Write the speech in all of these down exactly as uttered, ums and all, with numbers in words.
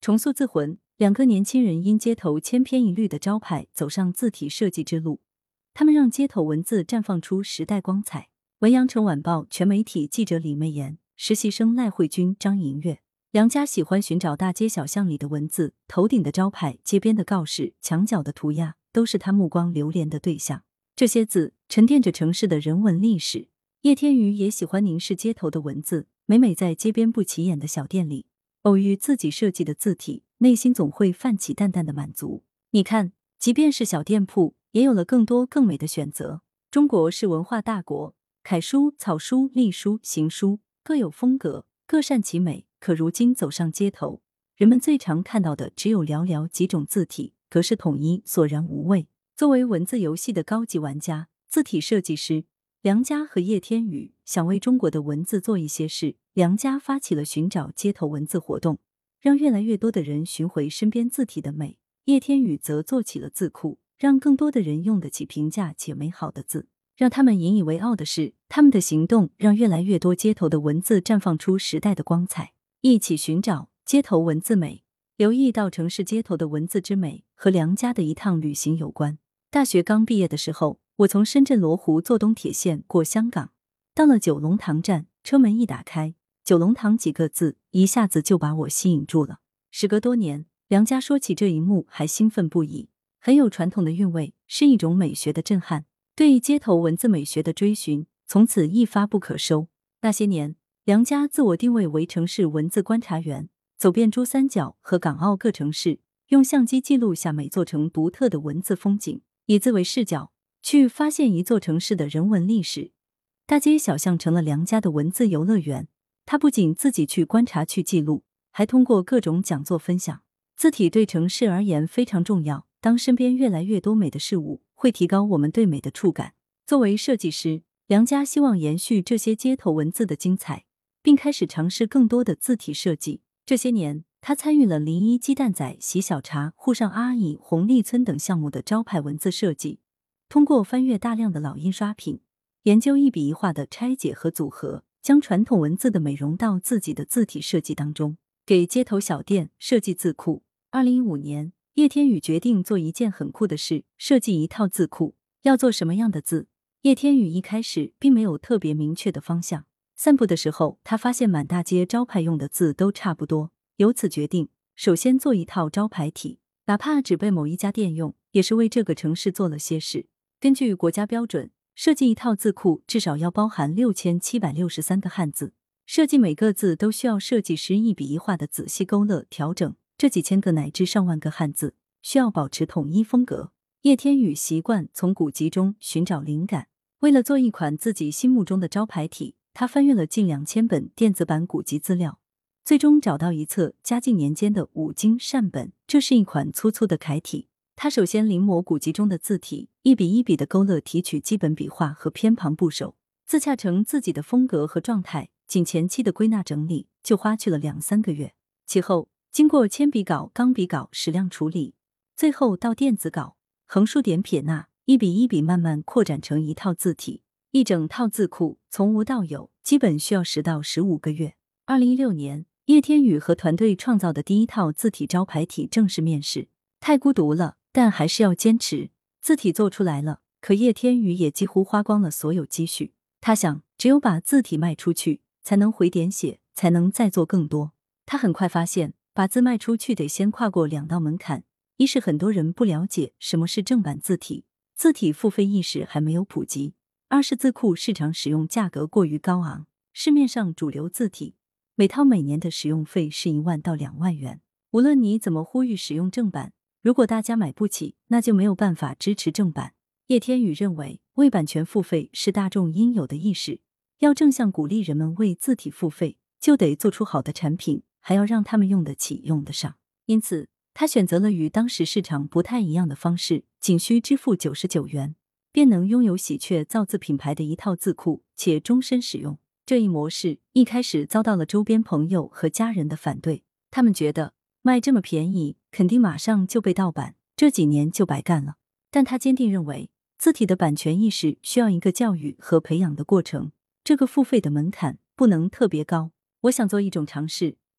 重塑字魂，两个年轻人因街头千篇一律的招牌走上字体设计之路，他们让街头文字绽放出时代光彩。文阳城晚报全媒体记者李媚妍，实习生赖慧君、张银月。梁家喜欢寻找大街小巷里的文字，头顶的招牌、街边的告示、墙角的涂鸦，都是他目光流连的对象。这些字沉淀着城市的人文历史。叶天宇也喜欢凝视街头的文字，每每在街边不起眼的小店里偶遇自己设计的字体，内心总会泛起淡淡的满足。你看，即便是小店铺，也有了更多更美的选择。中国是文化大国，楷书、草书、隶书、行书各有风格，各擅其美。可如今走上街头，人们最常看到的只有寥寥几种字体，格式统一，索然无味。作为文字游戏的高级玩家，字体设计师梁家和叶天宇想为中国的文字做一些事。梁家发起了寻找街头文字活动，让越来越多的人寻回身边字体的美。叶天宇则做起了字库，让更多的人用得起平价且美好的字。让他们引以为傲的是，他们的行动让越来越多街头的文字绽放出时代的光彩。一起寻找街头文字美。留意到城市街头的文字之美和梁家的一趟旅行有关。大学刚毕业的时候，我从深圳罗湖坐东铁线过香港，到了九龙塘站，车门一打开，九龙塘几个字一下子就把我吸引住了。时隔多年，梁家说起这一幕还兴奋不已，很有传统的韵味，是一种美学的震撼。对街头文字美学的追寻，从此一发不可收。那些年，梁家自我定位为城市文字观察员，走遍珠三角和港澳各城市，用相机记录下每座城独特的文字风景，以字为视角，去发现一座城市的人文历史。大街小巷成了梁家的文字游乐园，他不仅自己去观察去记录，还通过各种讲座分享。字体对城市而言非常重要，当身边越来越多美的事物，会提高我们对美的触感。作为设计师，梁家希望延续这些街头文字的精彩，并开始尝试更多的字体设计。这些年，他参与了零一鸡蛋仔、喜小茶、沪上阿姨、红利村等项目的招牌文字设计，通过翻阅大量的老印刷品，研究一笔一画的拆解和组合，将传统文字的美融到自己的字体设计当中，给街头小店设计字库。二零一五年，叶天宇决定做一件很酷的事，设计一套字库。要做什么样的字？叶天宇一开始并没有特别明确的方向。散步的时候，他发现满大街招牌用的字都差不多，由此决定首先做一套招牌体，哪怕只被某一家店用，也是为这个城市做了些事。根据国家标准，设计一套字库至少要包含六千七百六十三个汉字，设计每个字都需要设计师一笔一画的仔细勾勒调整，这几千个乃至上万个汉字需要保持统一风格。叶天宇习惯从古籍中寻找灵感，为了做一款自己心目中的招牌体，他翻阅了近两千本电子版古籍资料，最终找到一册嘉靖年间的五经善本，这是一款粗粗的楷体。他首先临摹古籍中的字体，一笔一笔的勾勒提取基本笔画和偏旁部首，自洽成自己的风格和状态，仅前期的归纳整理就花去了两三个月。其后经过铅笔稿、钢笔稿矢量处理，最后到电子稿，横竖点撇捺，一笔一笔慢慢扩展成一套字体。一整套字库从无到有，基本需要十到十五个月。二零一六年，叶天宇和团队创造的第一套字体招牌体正式面世。太孤独了，但还是要坚持。字体做出来了，可叶天宇也几乎花光了所有积蓄。他想，只有把字体卖出去，才能回点血，才能再做更多。他很快发现，把字卖出去得先跨过两道门槛。一是很多人不了解什么是正版字体，字体付费意识还没有普及。二是字库市场使用价格过于高昂，市面上主流字体每套每年的使用费是一万到两万元。无论你怎么呼吁使用正版，如果大家买不起，那就没有办法支持正版。叶天宇认为，为版权付费是大众应有的意识，要正向鼓励人们为字体付费，就得做出好的产品，还要让他们用得起、用得上。因此，他选择了与当时市场不太一样的方式，仅需支付九十九元。便能拥有喜鹊造字品牌的一套字库，且终身使用。这一模式一开始遭到了周边朋友和家人的反对，他们觉得卖这么便宜，肯定马上就被盗版，这几年就白干了。但他坚定认为，字体的版权意识需要一个教育和培养的过程，这个付费的门槛不能特别高。我想做一种尝试，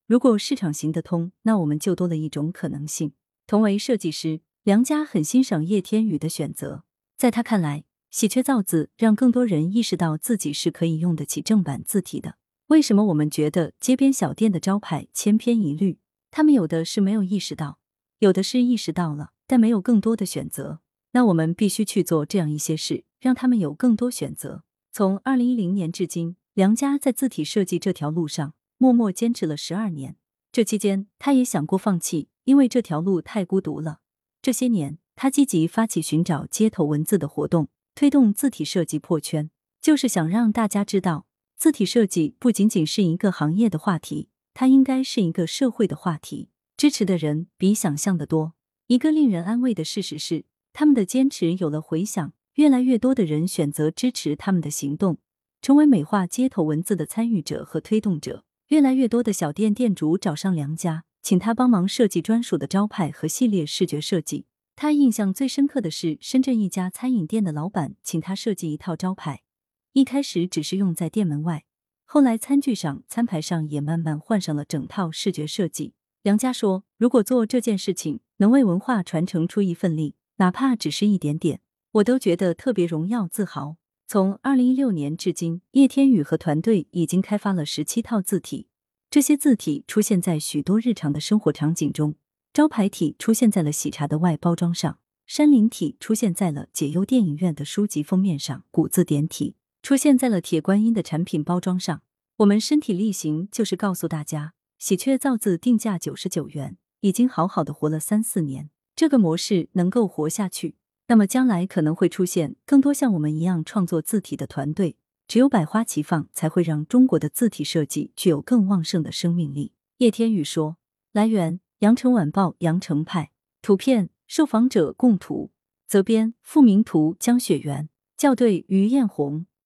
如果市场行得通，那我们就多了一种可能性。同为设计师，梁家很欣赏叶天宇的选择。在他看来，喜鹊造字让更多人意识到自己是可以用得起正版字体的。为什么我们觉得街边小店的招牌千篇一律？他们有的是没有意识到，有的是意识到了，但没有更多的选择。那我们必须去做这样一些事，让他们有更多选择。从二零一零年至今，梁家在字体设计这条路上默默坚持了十二年。这期间，他也想过放弃，因为这条路太孤独了。这些年，他积极发起寻找街头文字的活动，推动字体设计破圈，就是想让大家知道，字体设计不仅仅是一个行业的话题，它应该是一个社会的话题。支持的人比想象的多。一个令人安慰的事实是，他们的坚持有了回响，越来越多的人选择支持他们的行动，成为美化街头文字的参与者和推动者。越来越多的小店店主找上梁家，请他帮忙设计专属的招牌和系列视觉设计。他印象最深刻的是深圳一家餐饮店的老板请他设计一套招牌，一开始只是用在店门外，后来餐具上、餐牌上也慢慢换上了整套视觉设计。梁家说，如果做这件事情能为文化传承出一份力，哪怕只是一点点，我都觉得特别荣耀自豪。从二零一六年至今，叶天宇和团队已经开发了十七套字体，这些字体出现在许多日常的生活场景中。招牌体出现在了喜茶的外包装上，山林体出现在了解忧电影院的书籍封面上，古字典体出现在了铁观音的产品包装上。我们身体力行就是告诉大家，喜鹊造字定价九十九元，已经好好的活了三四年，这个模式能够活下去，那么将来可能会出现更多像我们一样创作字体的团队，只有百花齐放，才会让中国的字体设计具有更旺盛的生命力。叶天宇说。来源：羊城晚报羊城派，图片：受访者供图，责编：付明图江雪源，校对：于艳红。